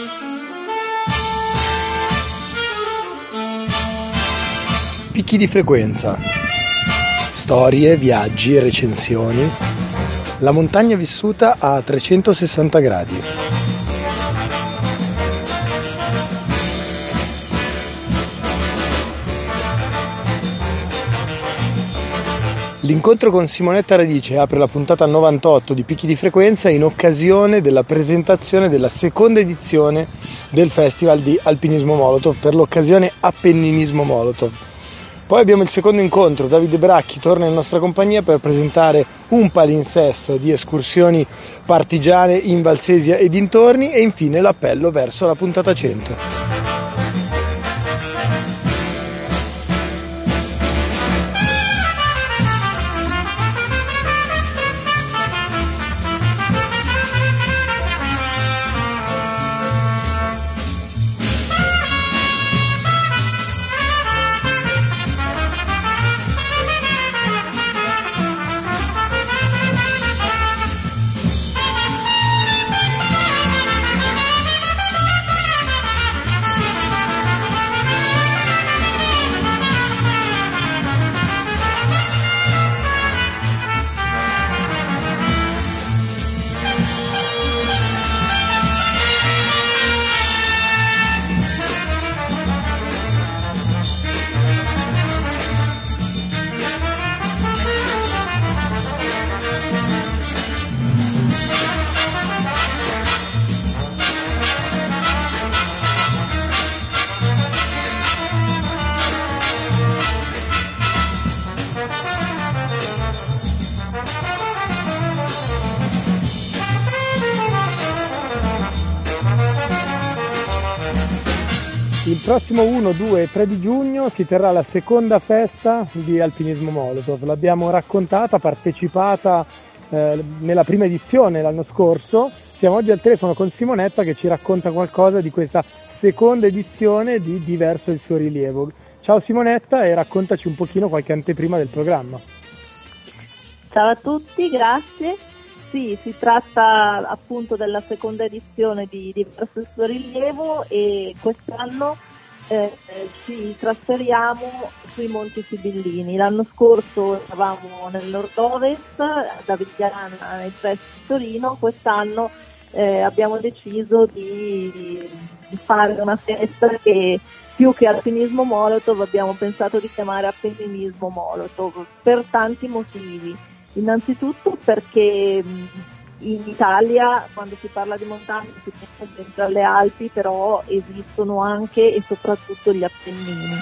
Picchi di frequenza, storie, viaggi, recensioni, la montagna vissuta a 360 gradi. L'incontro con Simonetta Radice apre la puntata 98 di Picchi di frequenza in occasione della presentazione della seconda edizione del Festival di Alpinismo Molotov, per l'occasione Appenninismo Molotov. Poi abbiamo il secondo incontro, Davide Bracchi torna in nostra compagnia per presentare un palinsesto di escursioni partigiane in Valsesia e dintorni, e infine l'appello verso la puntata 100. Il prossimo 1, 2 e 3 di giugno si terrà la seconda festa di Alpinismo Molotov. L'abbiamo raccontata, partecipata nella prima edizione l'anno scorso. Siamo oggi al telefono con Simonetta che ci racconta qualcosa di questa seconda edizione di Diverso il suo rilievo. Ciao Simonetta, e raccontaci un pochino qualche anteprima del programma. Ciao a tutti, grazie. Sì, si tratta appunto della seconda edizione di Diverso il suo rilievo, e quest'anno ci trasferiamo sui Monti Sibillini. L'anno scorso eravamo nel nord-ovest, ad Avigliana, nel Pressi di Torino. Quest'anno abbiamo deciso di fare una festa che, più che Alpinismo Molotov, abbiamo pensato di chiamare Appenninismo Molotov, per tanti motivi. Innanzitutto perché in Italia, quando si parla di montagna, si pensa sempre alle Alpi, però esistono anche e soprattutto gli Appennini.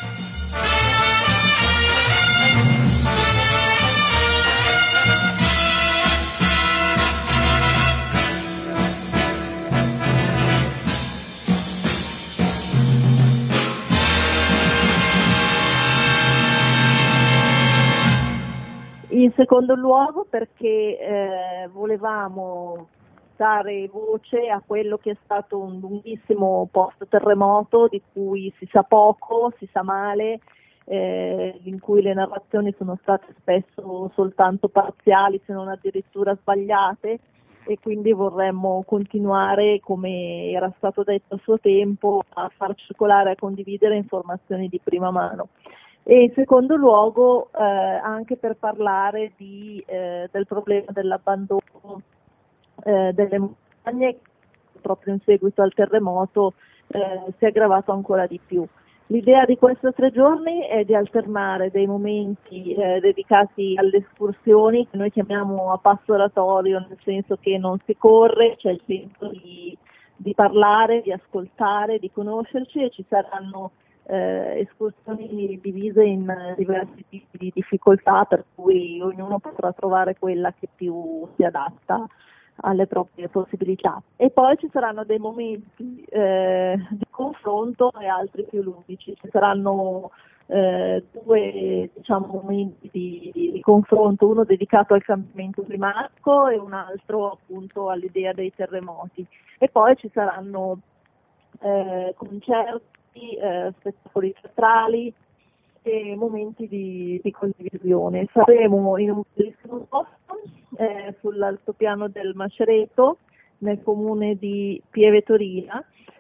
In secondo luogo perché volevamo dare voce a quello che è stato un lunghissimo post-terremoto di cui si sa poco, si sa male, in cui le narrazioni sono state spesso soltanto parziali, se non addirittura sbagliate, e quindi vorremmo continuare, come era stato detto a suo tempo, a far circolare e a condividere informazioni di prima mano. E in secondo luogo anche per parlare del problema dell'abbandono delle montagne, che proprio in seguito al terremoto si è aggravato ancora di più. L'idea di questi 3 giorni è di alternare dei momenti dedicati alle escursioni, che noi chiamiamo a passo oratorio, nel senso che non si corre, c'è il tempo di parlare, di ascoltare, di conoscerci, e ci saranno escursioni divise in diversi tipi di difficoltà, per cui ognuno potrà trovare quella che più si adatta alle proprie possibilità. E poi ci saranno dei momenti di confronto e altri più ludici. Ci saranno 2 momenti di confronto, uno dedicato al cambiamento climatico e un altro appunto all'idea dei terremoti. E poi ci saranno concerti, spettacoli teatrali e momenti di condivisione. Saremo in un bellissimo posto sull'altopiano del Macereto, nel comune di Pieve Torina,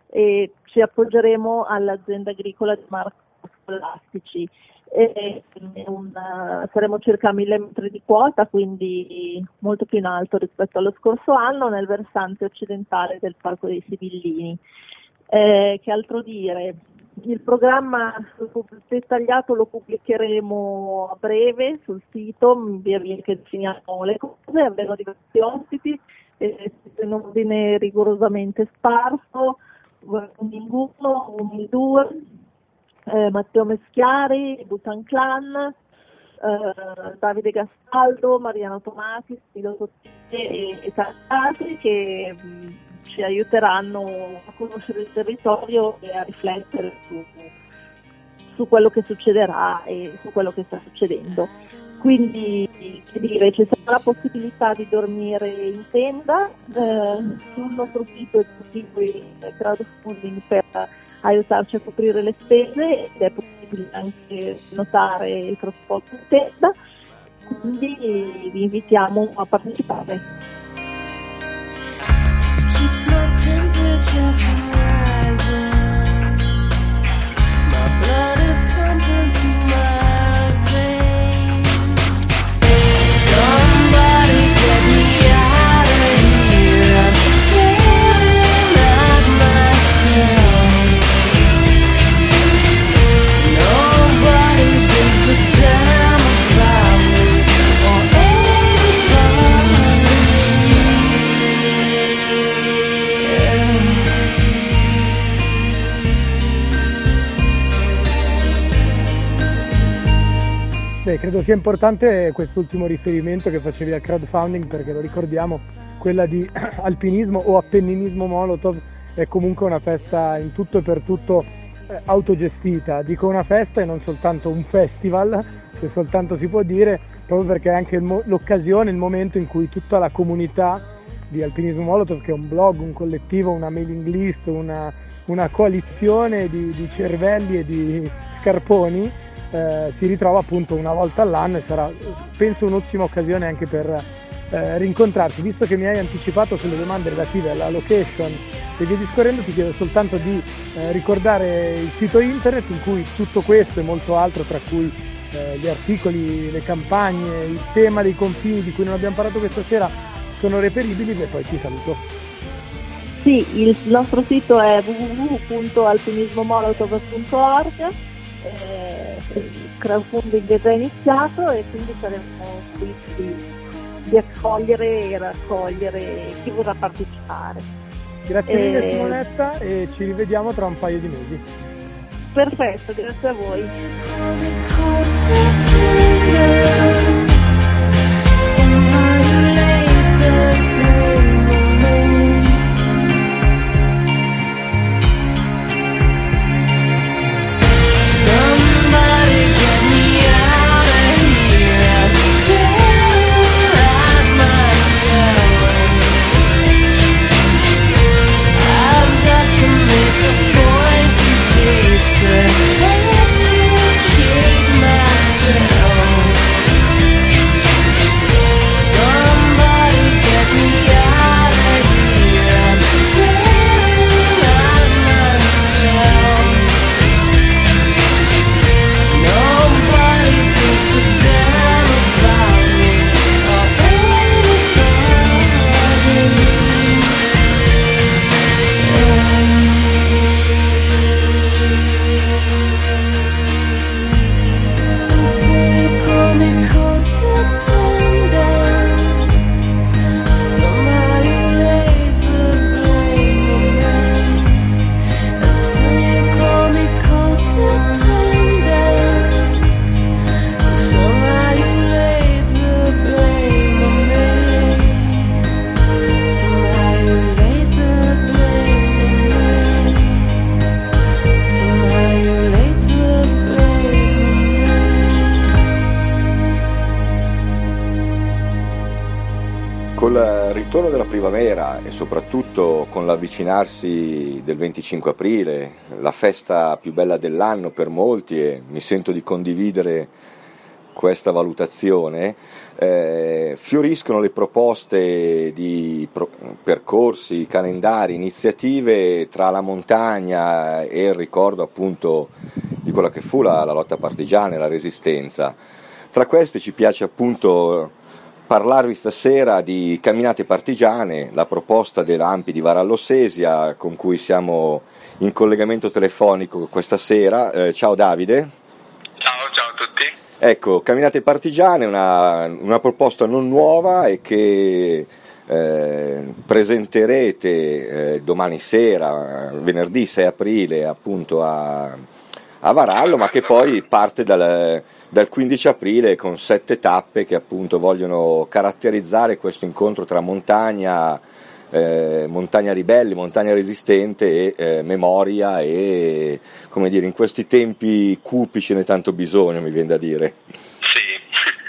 e ci appoggeremo all'azienda agricola di Marco Scolastici. Saremo circa a 1000 metri di quota, quindi molto più in alto rispetto allo scorso anno, nel versante occidentale del Parco dei Sibillini. Che altro dire? Il programma dettagliato lo pubblicheremo a breve sul sito, via via che definiamo le cose, avremo diversi ospiti, in ordine rigorosamente sparso, un 2, Matteo Meschiari, Butan Clan, Davide Gastaldo, Mariano Tomati, Stilo Sottile e tanti altri che ci aiuteranno a conoscere il territorio e a riflettere su quello che succederà e su quello che sta succedendo. Quindi, che dire, ci sarà la possibilità di dormire in tenda, sul nostro sito è possibile il crowdfunding per aiutarci a coprire le spese ed è possibile anche notare il trasporto in tenda, quindi vi invitiamo a partecipare. Keeps my temperature from rising. My blood is pumping through my veins. Somebody get me out of here. I'm tearing at myself. Nobody gives a damn about me or anybody. Credo sia importante quest'ultimo riferimento che facevi al crowdfunding, perché lo ricordiamo, quella di alpinismo o appenninismo Molotov è comunque una festa in tutto e per tutto autogestita. Dico una festa e non soltanto un festival, se soltanto si può dire, proprio perché è anche l'occasione, il momento in cui tutta la comunità di Alpinismo Molotov, che è un blog, un collettivo, una mailing list, una coalizione di cervelli e di scarponi, si ritrova appunto una volta all'anno e sarà, penso, un'ottima occasione anche per rincontrarsi. Visto che mi hai anticipato sulle domande relative alla location e via discorrendo, ti chiedo soltanto di ricordare il sito internet in cui tutto questo e molto altro, tra cui gli articoli, le campagne, il tema dei confini di cui non abbiamo parlato questa sera, sono reperibili, e poi ti saluto. Sì, il nostro sito è www.alpinismomolotov.org. Il crowdfunding è già iniziato e quindi saremo qui di accogliere e raccogliere chi vorrà partecipare. Grazie mille Simonetta e ci rivediamo tra un paio di mesi. Perfetto, grazie a voi. Col ritorno della primavera e soprattutto con l'avvicinarsi del 25 aprile, la festa più bella dell'anno per molti, e mi sento di condividere questa valutazione, fioriscono le proposte di percorsi, calendari, iniziative tra la montagna e il ricordo appunto di quella che fu la lotta partigiana e la resistenza. Tra queste ci piace appunto parlarvi stasera di camminate partigiane, la proposta dell'Ampi di Varallo Sesia, con cui siamo in collegamento telefonico questa sera. Ciao Davide. Ciao a tutti. Ecco, camminate partigiane, una proposta non nuova e che presenterete domani sera, venerdì 6 aprile, appunto a Varallo, ma che poi parte dal 15 aprile con 7 tappe che appunto vogliono caratterizzare questo incontro tra montagna ribelli, montagna resistente e memoria, e come dire, in questi tempi cupi ce n'è tanto bisogno, mi viene da dire. Sì,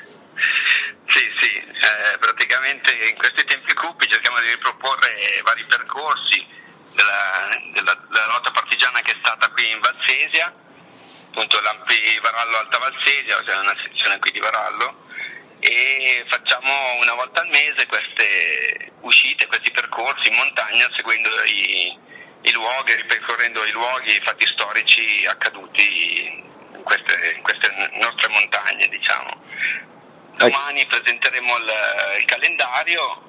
praticamente in questi tempi cupi cerchiamo di riproporre vari percorsi della lotta partigiana che è stata qui in Valsesia, appunto l'Ampi Varallo Alta Valsesia, cioè una sezione qui di Varallo, e facciamo una volta al mese queste uscite, questi percorsi in montagna, seguendo i luoghi, ripercorrendo i luoghi, i fatti storici accaduti in queste nostre montagne, diciamo. Domani presenteremo il calendario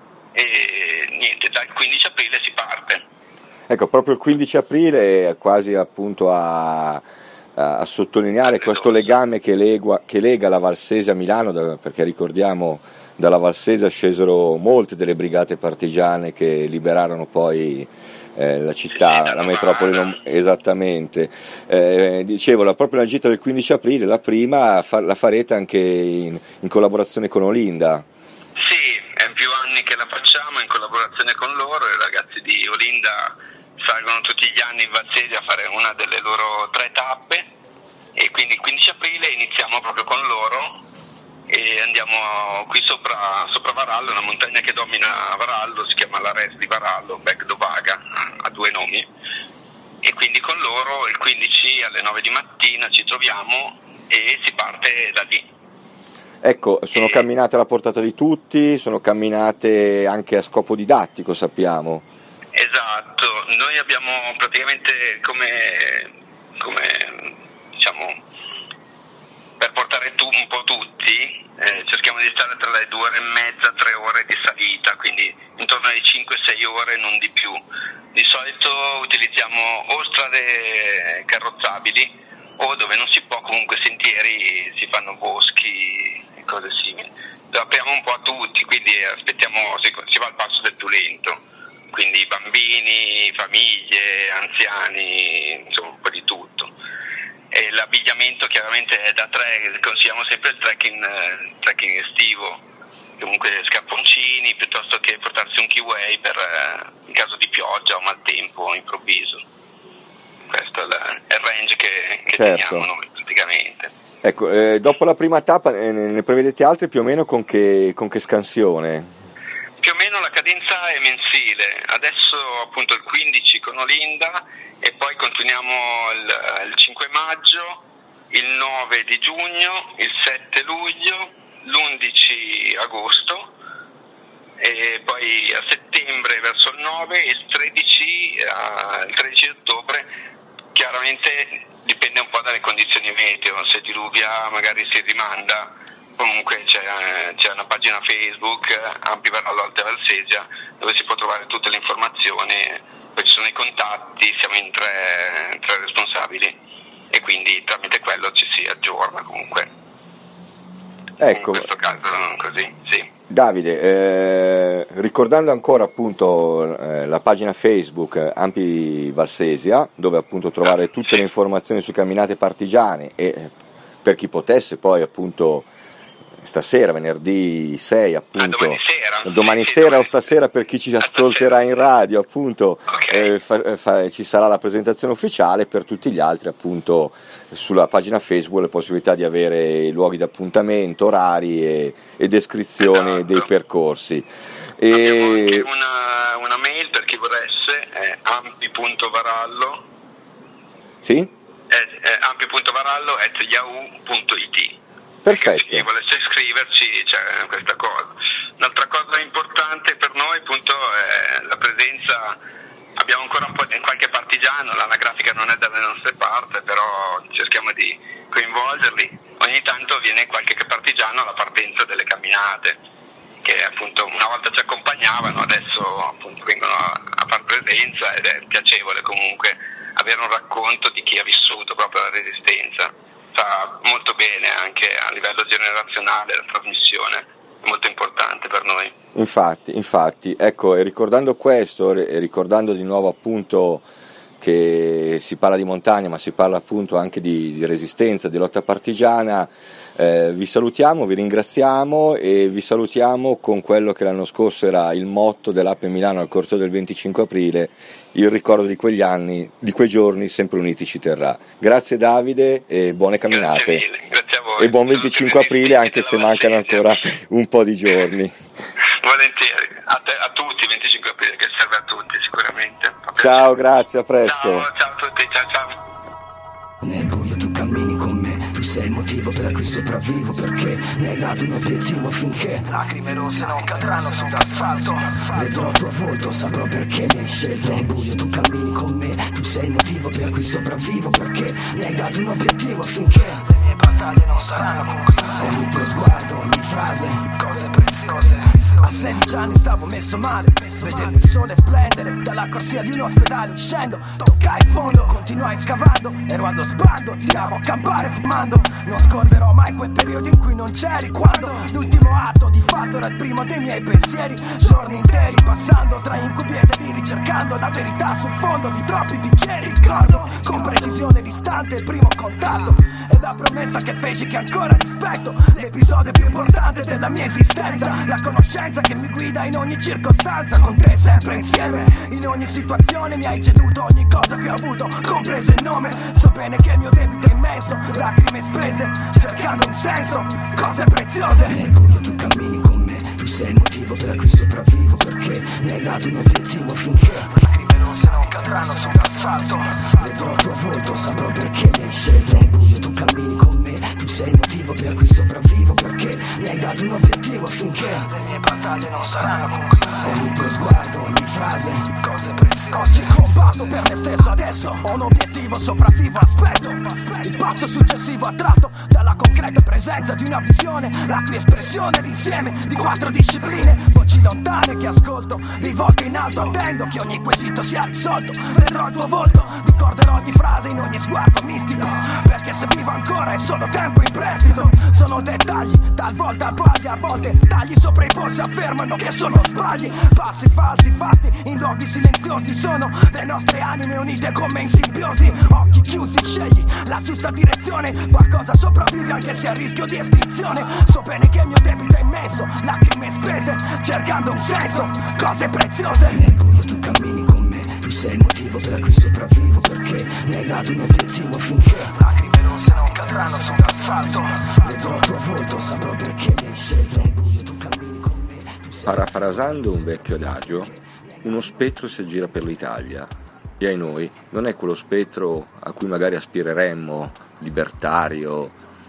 e niente, dal 15 aprile si parte. Ecco, proprio il 15 aprile è quasi appunto a sottolineare questo legame che lega la Valsesia a Milano, perché ricordiamo dalla Valsesia scesero molte delle brigate partigiane che liberarono poi la città, la metropoli, esattamente. Dicevo, proprio la gita del 15 aprile, la prima, la farete anche in collaborazione con Olinda. Sì, è più anni che la facciamo in collaborazione con loro. I ragazzi di Olinda salgono tutti gli anni in Valsesia a fare una delle loro 3 tappe, e quindi il 15 aprile iniziamo proprio con loro e andiamo qui sopra Varallo, una montagna che domina Varallo, si chiama la Res di Varallo, Bec do Vaga, ha 2 nomi, e quindi con loro il 15 alle 9 di mattina ci troviamo e si parte da lì. Ecco, sono camminate alla portata di tutti, sono camminate anche a scopo didattico, sappiamo. Esatto, noi abbiamo praticamente come diciamo, per portare un po' tutti, cerchiamo di stare tra le 2 ore e mezza, 3 ore di salita, quindi intorno alle 5-6 ore, non di più. Di solito utilizziamo o strade carrozzabili o, dove non si può, comunque sentieri, si fanno boschi e cose simili. Lo apriamo un po' a tutti, quindi aspettiamo, si va al passo del più lento, quindi bambini, famiglie, anziani, insomma un po' di tutto. E l'abbigliamento chiaramente è da 3, consigliamo sempre il trekking estivo, comunque scarponcini, piuttosto che portarsi un kiwi in caso di pioggia o maltempo improvviso. Questo è il range che teniamo noi praticamente. Ecco, dopo la prima tappa ne prevedete altre più o meno con che scansione? Più o meno la cadenza è mensile, adesso appunto il 15 con Olinda, e poi continuiamo il 5 maggio, il 9 di giugno, il 7 luglio, l'11 agosto, e poi a settembre verso il 9 e il 13 ottobre. Chiaramente dipende un po' dalle condizioni meteo, se diluvia magari si rimanda. Comunque c'è una pagina Facebook, Ampi Varallo Alta Valsesia, dove si può trovare tutte le informazioni, poi ci sono i contatti, siamo in tre responsabili e quindi tramite quello ci si aggiorna comunque. Ecco. In questo caso così, sì. Davide, ricordando ancora appunto la pagina Facebook Ampi Valsesia, dove appunto trovare tutte le informazioni su camminate partigiane, e per chi potesse poi appunto stasera, venerdì 6 appunto, domani sera o stasera per chi ci ascolterà in radio appunto, okay. Ci sarà la presentazione ufficiale, per tutti gli altri appunto sulla pagina Facebook le possibilità di avere i luoghi di appuntamento, orari e descrizioni, esatto, dei percorsi. Abbiamo anche una mail per chi volesse, è ampi.varallo, sì? ampi.varallo@yahoo.it. Perfetto. Chi volesse iscriverci c'è questa cosa. Un'altra cosa importante per noi appunto è la presenza. Abbiamo ancora un po' di qualche partigiano, l'anagrafica non è dalle nostre parti, però cerchiamo di coinvolgerli. Ogni tanto viene qualche partigiano alla partenza delle camminate, che appunto una volta ci accompagnavano, adesso appunto vengono a far presenza, ed è piacevole comunque avere un racconto di chi ha vissuto proprio la resistenza. Fa molto bene anche a livello generazionale la trasmissione, è molto importante per noi. Infatti, ecco, e ricordando questo, e ricordando di nuovo appunto che si parla di montagna, ma si parla appunto anche di resistenza, di lotta partigiana, vi salutiamo, vi ringraziamo e vi salutiamo con quello che l'anno scorso era il motto dell'Ape Milano al corteo del 25 aprile, il ricordo di quegli anni, di quei giorni, sempre uniti ci terrà. Grazie Davide e buone camminate. Grazie mille, grazie a voi. E buon 25 aprile anche se mancano ancora un po' di giorni. Volentieri, a tutti il 25 aprile, che serve a tutti sicuramente. Ciao, grazie, a presto. Ciao a tutti, ciao. Nel buio tu cammini con me, tu sei il motivo per cui sopravvivo, perché mi hai dato un obiettivo affinché lacrime rosse non cadranno sull'asfalto. Vedrò il tuo volto, saprò perché mi hai scelto. Nel buio tu cammini con me, tu sei il motivo per cui sopravvivo, perché mi hai dato un obiettivo affinché le mie battaglie non saranno concluse. Ogni tuo sguardo, ogni frase, cose preziose. A 16 anni stavo messo male, vedevo il sole splendere dalla corsia di un ospedale uscendo. Toccai il fondo, continuai scavando, ero allo sbando, tiravo a campare fumando. Non scorderò mai quei periodi in cui non c'eri, quando l'ultimo atto di fatto era il primo dei miei pensieri. Giorni interi passando tra incubi e deliri, cercando la verità sul fondo di troppi bicchieri. Ricordo con precisione l'istante, il primo contatto e la promessa che feci che ancora rispetto. L'episodio più importante della mia esistenza, la conoscenza che mi guida in ogni circostanza. Con te sempre insieme, in ogni situazione mi hai ceduto ogni cosa che ho avuto, compreso il nome. So bene che il mio debito è immenso, lacrime spese, cercando un senso, cose preziose. Nel buio tu cammini con me, tu sei il motivo per cui sopravvivo, perché mi hai dato un obiettivo affinché lacrime rosse non cadranno sull'asfalto. Vedrò il tuo volto, saprò perché mi hai scelto. Nel buio tu cammini con me, tu sei il motivo per cui sopravvivo, perché mi hai dato un obiettivo affinché le mie battaglie non saranno concluse. Ogni tuo sguardo, ogni frase, cose preziose. Combatto per me stesso adesso, ho un obiettivo, sopravvivo, aspetto il passo successivo attratto dalla concreta presenza di una visione, la cui espressione è l'insieme di 4 discipline. Voci lontane che ascolto, rivolte in alto, attendo che ogni quesito sia risolto. Vedrò il tuo volto, ricorderò ogni frase in ogni sguardo mistico, perché se vivo ancora è solo tempo in prestito. Sono dettagli, talvolta sbagli, a volte tagli sopra i polsi affermano che sono sbagli. Passi falsi fatti in luoghi silenziosi, sono le nostre anime unite come in simbiosi. Occhi chiusi, scegli la giusta direzione, qualcosa sopravvive anche se a rischio di estinzione. So bene che il mio debito è immenso, lacrime spese, cercando un senso, cose preziose. Nel buio tu cammini con me, tu sei il motivo per cui sopravvivo, perché mi hai dato un obiettivo affinché lacrime rosse non cadranno sull'asfalto. Vedrò il tuo volto, saprò perché mi hai scelto. Nel buio tu cammini con me, tu sei... Parafrasando un vecchio adagio, uno spettro si aggira per l'Italia e ai noi non è quello spettro a cui magari aspireremmo, libertario,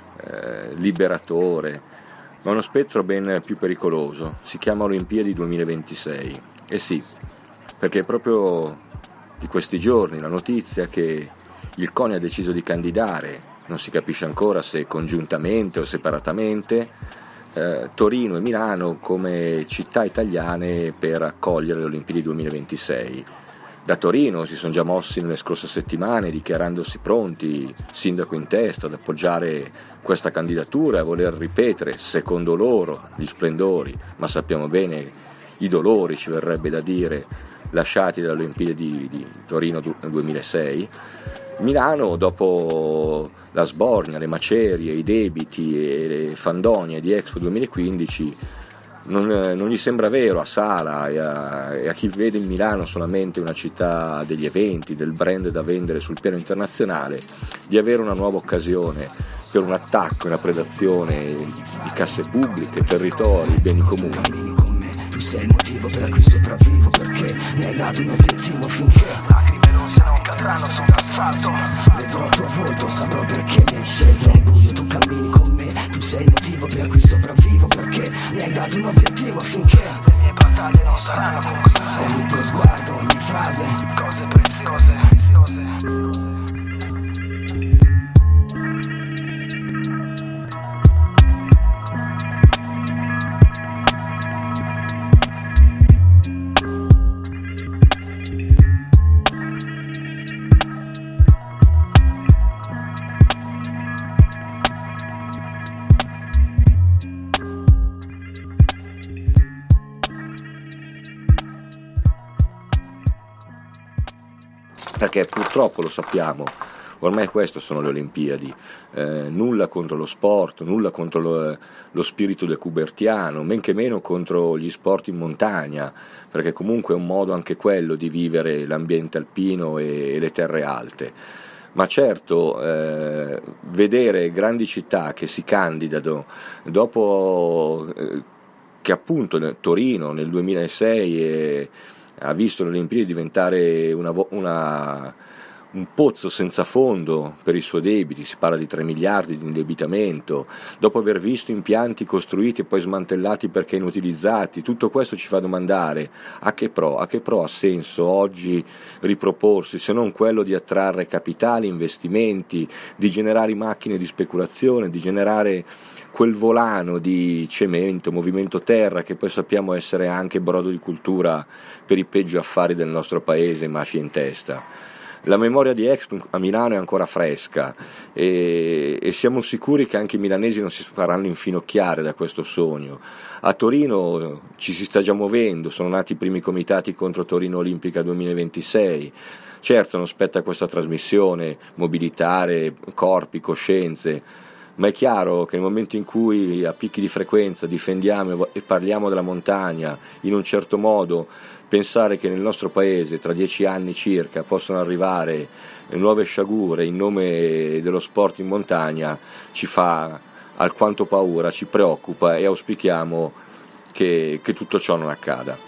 liberatore, ma uno spettro ben più pericoloso. Si chiama Olimpiadi 2026 e sì, perché è proprio di questi giorni la notizia che il CONI ha deciso di candidare, non si capisce ancora se congiuntamente o separatamente, Torino e Milano come città italiane per accogliere le Olimpiadi 2026. Da Torino si sono già mossi nelle scorse settimane dichiarandosi pronti, sindaco in testa, ad appoggiare questa candidatura e a voler ripetere, secondo loro, gli splendori, ma sappiamo bene i dolori, ci verrebbe da dire, lasciati dalle Olimpiadi di Torino 2006. Milano, dopo la sbornia, le macerie, i debiti e le fandonie di Expo 2015, non gli sembra vero a Sala e a chi vede in Milano solamente una città degli eventi, del brand da vendere sul piano internazionale, di avere una nuova occasione per un attacco, una predazione di casse pubbliche, territori, beni comuni. Tu sei il motivo per cui sopravvivo, perché mi hai dato un obiettivo affinché lacrime rosse non cadranno sull'asfalto. Vedrò il tuo volto, saprò perché mi hai scelto. Nel buio tu cammini con me, tu sei il sopravvivo perché mi hai dato un obiettivo affinché le mie battaglie non saranno concluse. Ogni tuo sguardo, ogni frase, cose preziose. Perché purtroppo lo sappiamo, ormai queste sono le Olimpiadi, nulla contro lo sport, nulla contro lo spirito decubertiano, men che meno contro gli sport in montagna, perché comunque è un modo anche quello di vivere l'ambiente alpino e le terre alte. Ma certo, vedere grandi città che si candidano dopo che appunto Torino nel 2006 ha visto le Olimpiadi diventare un pozzo senza fondo per i suoi debiti, si parla di 3 miliardi di indebitamento, dopo aver visto impianti costruiti e poi smantellati perché inutilizzati, tutto questo ci fa domandare a che pro ha senso oggi riproporsi, se non quello di attrarre capitali, investimenti, di generare macchine di speculazione, di generare quel volano di cemento, movimento terra, che poi sappiamo essere anche brodo di cultura per i peggiori affari del nostro paese, mafia in testa. La memoria di Expo a Milano è ancora fresca e siamo sicuri che anche i milanesi non si faranno infinocchiare da questo sogno. A Torino ci si sta già muovendo, sono nati i primi comitati contro Torino Olimpica 2026. Certo non spetta questa trasmissione mobilitare corpi, coscienze, ma è chiaro che nel momento in cui a picchi di frequenza difendiamo e parliamo della montagna in un certo modo, pensare che nel nostro paese tra 10 anni circa possono arrivare nuove sciagure in nome dello sport in montagna ci fa alquanto paura, ci preoccupa e auspichiamo che tutto ciò non accada.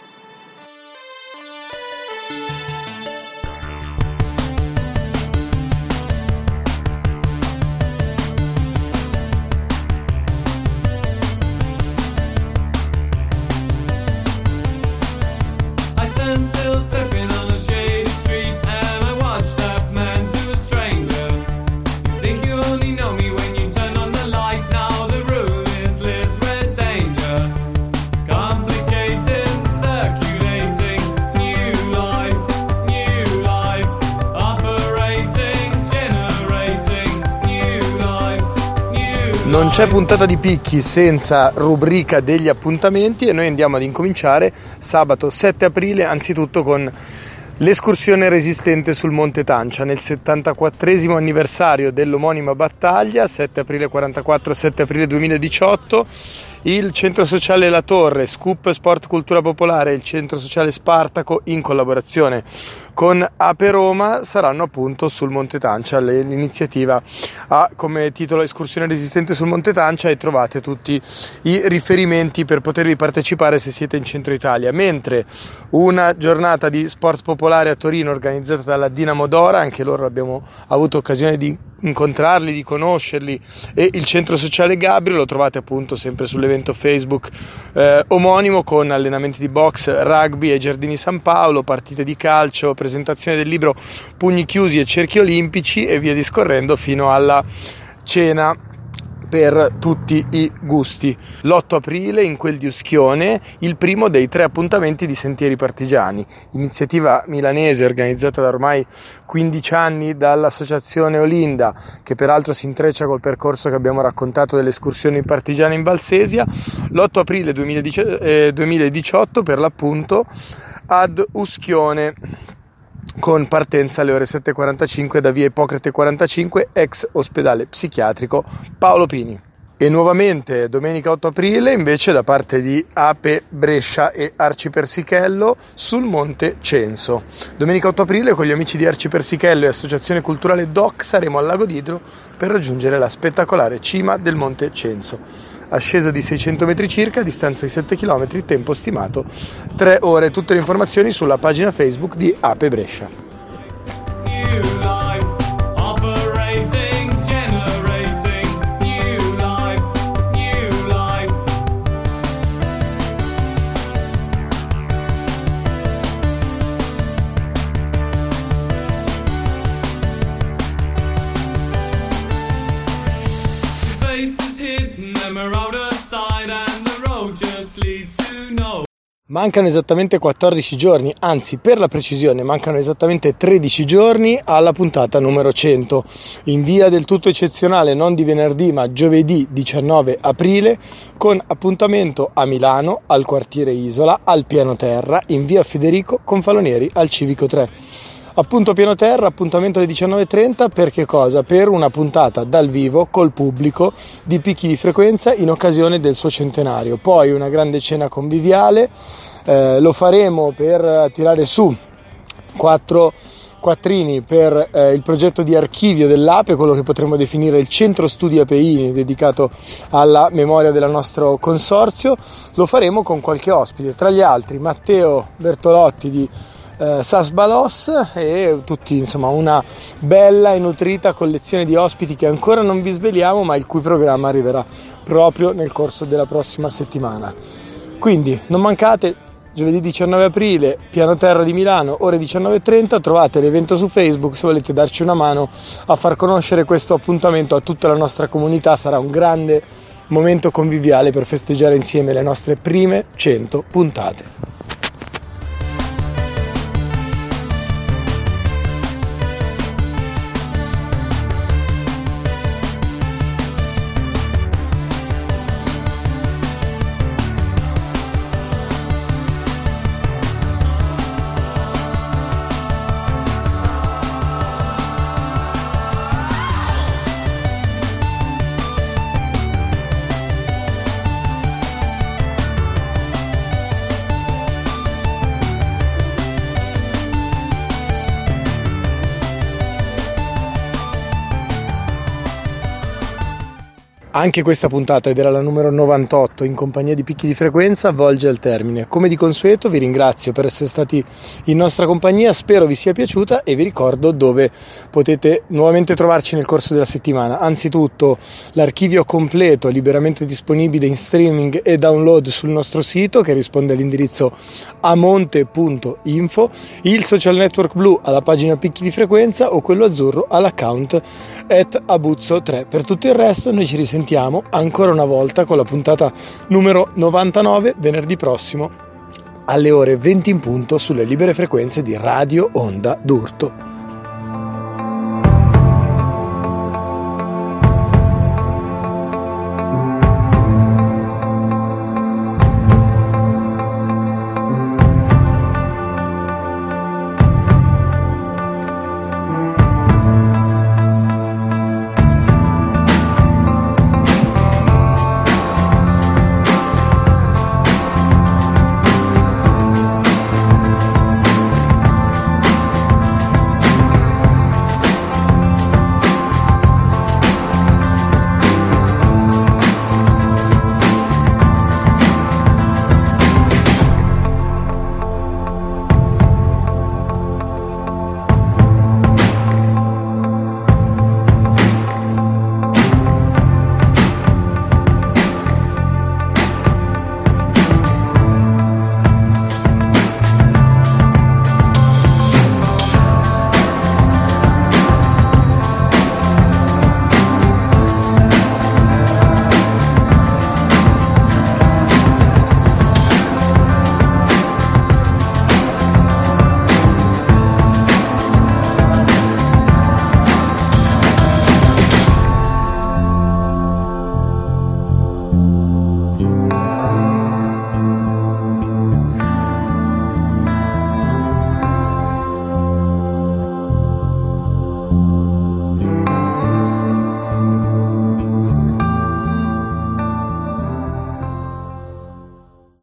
Non c'è puntata di Picchi senza rubrica degli appuntamenti e noi andiamo ad incominciare sabato 7 aprile anzitutto con l'escursione resistente sul Monte Tancia nel 74esimo anniversario dell'omonima battaglia, 7 aprile 44, 7 aprile 2018. Il Centro Sociale La Torre, Scoop Sport Cultura Popolare e il Centro Sociale Spartaco in collaborazione con Ape Roma saranno appunto sul Monte Tancia. L'iniziativa ha come titolo Escursione resistente sul Monte Tancia e trovate tutti i riferimenti per potervi partecipare se siete in centro Italia, mentre una giornata di sport popolare a Torino organizzata dalla Dinamo Dora, anche loro abbiamo avuto occasione di incontrarli, di conoscerli, e il Centro Sociale Gabrio lo trovate appunto sempre sull'evento Facebook omonimo, con allenamenti di box, rugby e Giardini San Paolo, partite di calcio, presentazione del libro Pugni Chiusi e Cerchi Olimpici e via discorrendo fino alla cena per tutti i gusti. L'8 aprile in quel di Uschione il primo dei 3 appuntamenti di Sentieri Partigiani, iniziativa milanese organizzata da ormai 15 anni dall'associazione Olinda, che peraltro si intreccia col percorso che abbiamo raccontato delle escursioni partigiane in Valsesia. L'8 aprile 2018 per l'appunto ad Uschione, con partenza alle ore 7.45 da via Ippocrate 45, ex ospedale psichiatrico Paolo Pini. E nuovamente domenica 8 aprile invece da parte di Ape Brescia e Arci Persichello sul Monte Censo. Domenica 8 aprile con gli amici di Arci Persichello e Associazione Culturale DOC saremo al Lago d'Idro per raggiungere la spettacolare cima del Monte Censo. Ascesa di 600 metri circa, distanza di 7 km, tempo stimato 3 ore. Tutte le informazioni sulla pagina Facebook di Ape Brescia. them are out of sight and the road just leads to nowhere. Mancano esattamente 14 giorni, anzi per la precisione mancano esattamente 13 giorni alla puntata numero 100, in via del tutto eccezionale, non di venerdì ma giovedì 19 aprile, con appuntamento a Milano, al quartiere Isola, al piano terra, in via Federico Confalonieri al Civico 3. Appunto piano terra, appuntamento alle 19.30, per che cosa? Per una puntata dal vivo col pubblico di Picchi di Frequenza in occasione del suo centenario. Poi una grande cena conviviale, lo faremo per tirare su 4 quattrini per il progetto di archivio dell'Ape, quello che potremmo definire il centro studi apeini dedicato alla memoria del nostro consorzio. Lo faremo con qualche ospite, tra gli altri Matteo Bertolotti di Sas Balos e tutti, insomma, una bella e nutrita collezione di ospiti che ancora non vi sveliamo, ma il cui programma arriverà proprio nel corso della prossima settimana. Quindi non mancate, giovedì 19 aprile, piano terra di Milano, ore 19.30, trovate l'evento su Facebook se volete darci una mano a far conoscere questo appuntamento a tutta la nostra comunità. Sarà un grande momento conviviale per festeggiare insieme le nostre prime 100 puntate. Anche questa puntata, ed era la numero 98 in compagnia di Picchi di Frequenza, volge al termine. Come di consueto vi ringrazio per essere stati in nostra compagnia, spero vi sia piaciuta e vi ricordo dove potete nuovamente trovarci nel corso della settimana. Anzitutto l'archivio completo liberamente disponibile in streaming e download sul nostro sito, che risponde all'indirizzo amonte.info, il social network blu alla pagina Picchi di Frequenza o quello azzurro all'account @abuzzo3. Per tutto il resto noi ci risentiamo ancora una volta con la puntata numero 99 venerdì prossimo alle ore 20 in punto sulle libere frequenze di Radio Onda d'Urto.